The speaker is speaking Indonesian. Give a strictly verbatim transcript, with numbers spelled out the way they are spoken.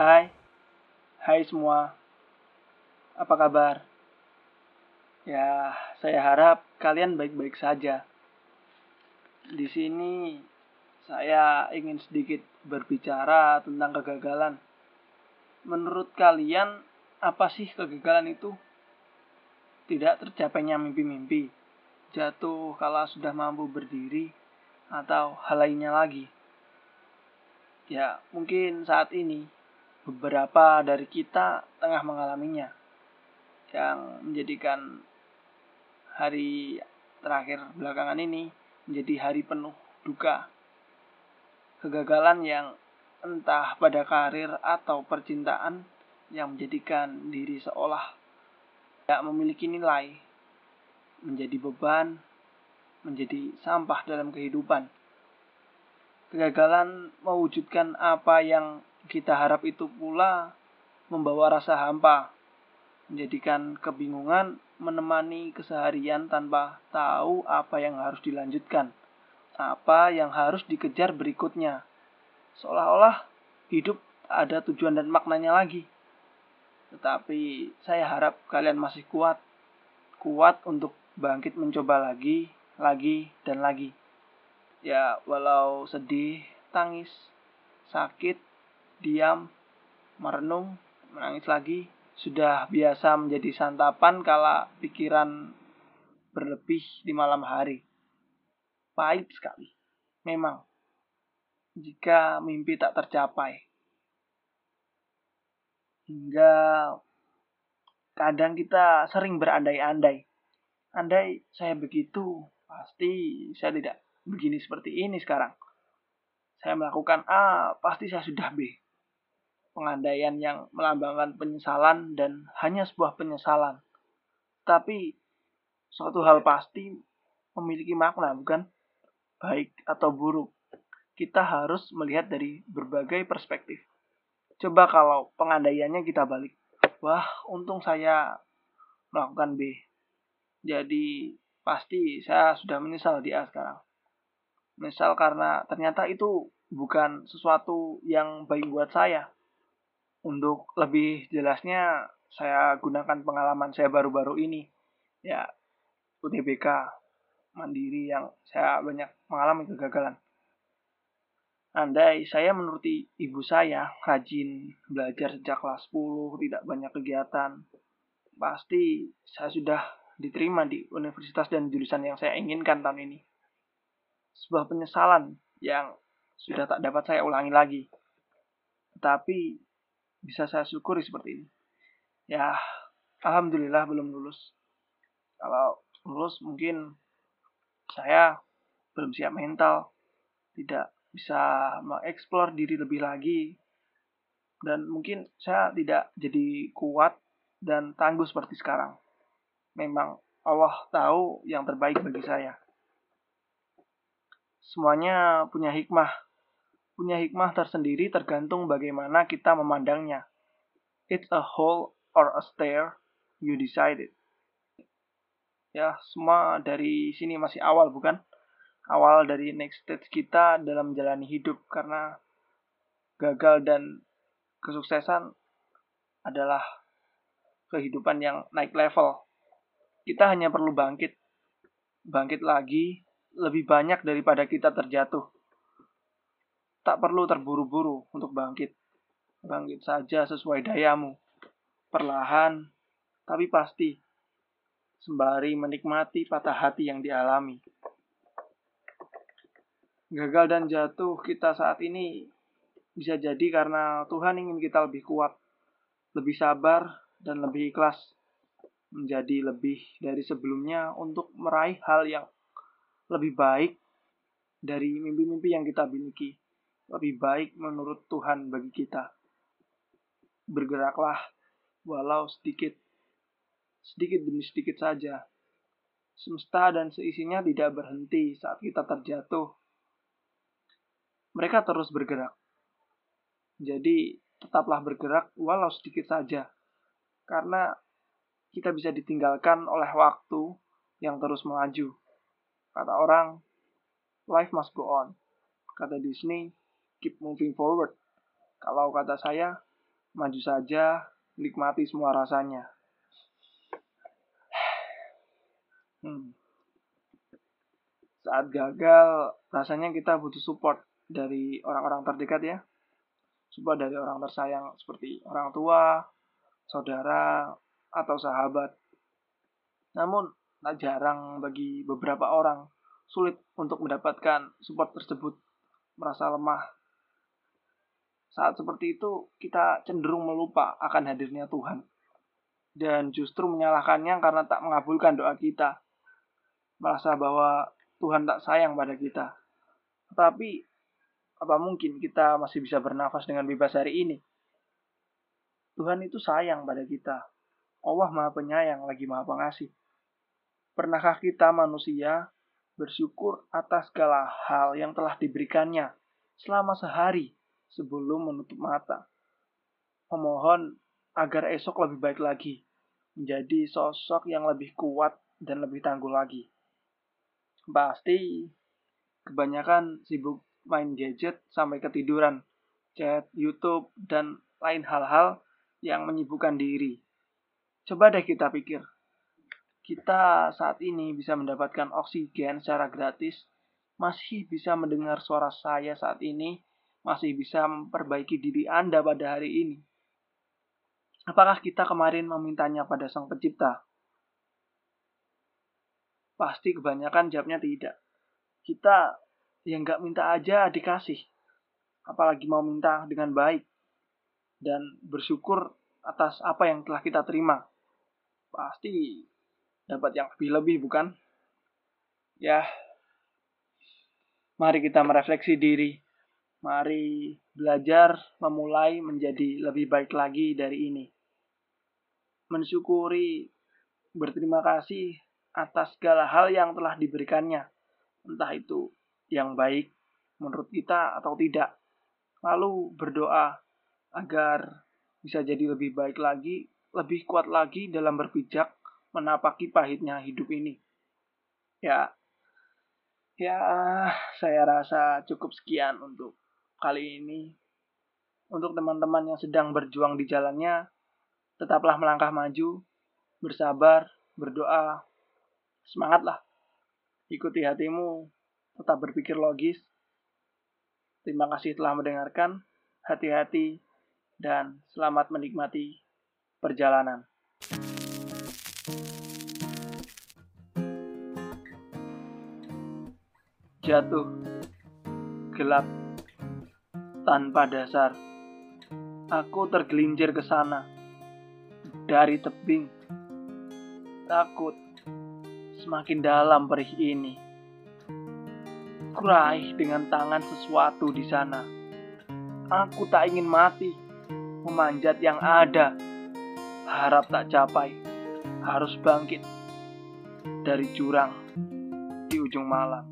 Hai, hai semua. Apa kabar? Ya, saya harap kalian baik-baik saja. Di sini saya ingin sedikit berbicara tentang kegagalan. Menurut kalian, apa sih kegagalan itu? Tidak tercapainya mimpi-mimpi, jatuh kala sudah mampu berdiri, atau hal lainnya lagi. Ya, mungkin saat ini beberapa dari kita tengah mengalaminya, yang menjadikan hari terakhir belakangan ini menjadi hari penuh duka. Kegagalan yang entah pada karir atau percintaan yang menjadikan diri seolah tidak memiliki nilai, menjadi beban, menjadi sampah dalam kehidupan. Kegagalan mewujudkan apa yang kita harap itu pula membawa rasa hampa, menjadikan kebingungan menemani keseharian tanpa tahu apa yang harus dilanjutkan, apa yang harus dikejar berikutnya. Seolah-olah hidup ada tujuan dan maknanya lagi. Tetapi saya harap kalian masih kuat. Kuat untuk bangkit mencoba lagi, lagi, dan lagi. Ya, walau sedih, tangis, sakit, diam, merenung, menangis lagi, sudah biasa menjadi santapan kala pikiran berlebih di malam hari. Pahit sekali, memang, jika mimpi tak tercapai. Hingga kadang kita sering berandai-andai. Andai saya begitu, pasti saya tidak begini seperti ini sekarang. Saya melakukan A, pasti saya sudah B. Pengandaian yang melambangkan penyesalan dan hanya sebuah penyesalan. Tapi suatu hal pasti memiliki makna, bukan? Baik atau buruk. Kita harus melihat dari berbagai perspektif. Coba kalau pengandaiannya kita balik. Wah, untung saya melakukan B. Jadi pasti saya sudah menyesal di A sekarang. Menyesal karena ternyata itu bukan sesuatu yang baik buat saya. Untuk lebih jelasnya, saya gunakan pengalaman saya baru-baru ini. Ya, U T B K mandiri yang saya banyak mengalami kegagalan. Andai saya menuruti ibu saya, rajin belajar sejak kelas sepuluh, tidak banyak kegiatan, pasti saya sudah diterima di universitas dan jurusan yang saya inginkan tahun ini. Sebuah penyesalan yang sudah tak dapat saya ulangi lagi. Tetapi bisa saya syukuri seperti ini. Ya, alhamdulillah belum lulus. Kalau lulus mungkin saya belum siap mental, tidak bisa mengeksplor diri lebih lagi, dan mungkin saya tidak jadi kuat dan tangguh seperti sekarang. Memang Allah tahu yang terbaik bagi saya. Semuanya punya hikmah. Punya hikmah tersendiri tergantung bagaimana kita memandangnya. It's a hole or a stair, you decide it. Ya, semua dari sini masih awal, bukan? Awal dari next stage kita dalam menjalani hidup, karena gagal dan kesuksesan adalah kehidupan yang naik level. Kita hanya perlu bangkit. Bangkit lagi, lebih banyak daripada kita terjatuh. Tak perlu terburu-buru untuk bangkit. Bangkit saja sesuai dayamu. Perlahan, tapi pasti. Sembari menikmati patah hati yang dialami. Gagal dan jatuh kita saat ini bisa jadi karena Tuhan ingin kita lebih kuat, lebih sabar, dan lebih ikhlas. Menjadi lebih dari sebelumnya untuk meraih hal yang lebih baik dari mimpi-mimpi yang kita miliki. Lebih baik menurut Tuhan bagi kita. Bergeraklah walau sedikit. Sedikit demi sedikit saja. Semesta dan seisinya tidak berhenti saat kita terjatuh. Mereka terus bergerak. Jadi tetaplah bergerak walau sedikit saja. Karena kita bisa ditinggalkan oleh waktu yang terus melaju. Kata orang, life must go on. Kata Disney, keep moving forward. Kalau kata saya, Maju saja, nikmati semua rasanya. Hmm. Saat gagal, rasanya kita butuh support dari orang-orang terdekat ya. Support dari orang tersayang seperti orang tua, saudara, atau sahabat. Namun, tak jarang bagi beberapa orang sulit untuk mendapatkan support tersebut, merasa lemah. Saat seperti itu, kita cenderung melupa akan hadirnya Tuhan. Dan justru menyalahkannya karena tak mengabulkan doa kita. Merasa bahwa Tuhan tak sayang pada kita. Tetapi, apa mungkin kita masih bisa bernafas dengan bebas hari ini? Tuhan itu sayang pada kita. Allah Maha Penyayang lagi Maha Pengasih. Pernahkah kita manusia bersyukur atas segala hal yang telah diberikannya selama sehari sebelum menutup mata? Memohon agar esok lebih baik lagi, menjadi sosok yang lebih kuat dan lebih tangguh lagi. Pasti kebanyakan sibuk main gadget sampai ketiduran, chat, YouTube, dan lain hal-hal yang menyibukkan diri. Coba deh kita pikir, kita saat ini bisa mendapatkan oksigen secara gratis, masih bisa mendengar suara saya saat ini, masih bisa memperbaiki diri Anda pada hari ini. Apakah kita kemarin memintanya pada Sang Pencipta? Pasti kebanyakan jawabnya tidak. Kita yang nggak minta aja dikasih, apalagi mau minta dengan baik dan bersyukur atas apa yang telah kita terima. Pasti dapat yang lebih-lebih, bukan? Ya, mari kita merefleksi diri. Mari belajar memulai menjadi lebih baik lagi dari ini. Mensyukuri, berterima kasih atas segala hal yang telah diberikannya. Entah itu yang baik menurut kita atau tidak. Lalu berdoa agar bisa jadi lebih baik lagi, lebih kuat lagi dalam berpijak menapaki pahitnya hidup ini. Ya, ya saya rasa cukup sekian untuk kali ini. Untuk teman-teman yang sedang berjuang di jalannya, tetaplah melangkah maju, bersabar, berdoa, semangatlah. Ikuti hatimu, tetap berpikir logis. Terima kasih telah mendengarkan. Hati-hati dan selamat menikmati perjalanan. Jatuh, gelap, tanpa dasar. Aku tergelincir ke sana, dari tebing. Takut, semakin dalam perih ini. Kuraih dengan tangan sesuatu di sana. Aku tak ingin mati, memanjat yang ada. Harap tak capai, harus bangkit dari jurang di ujung malam.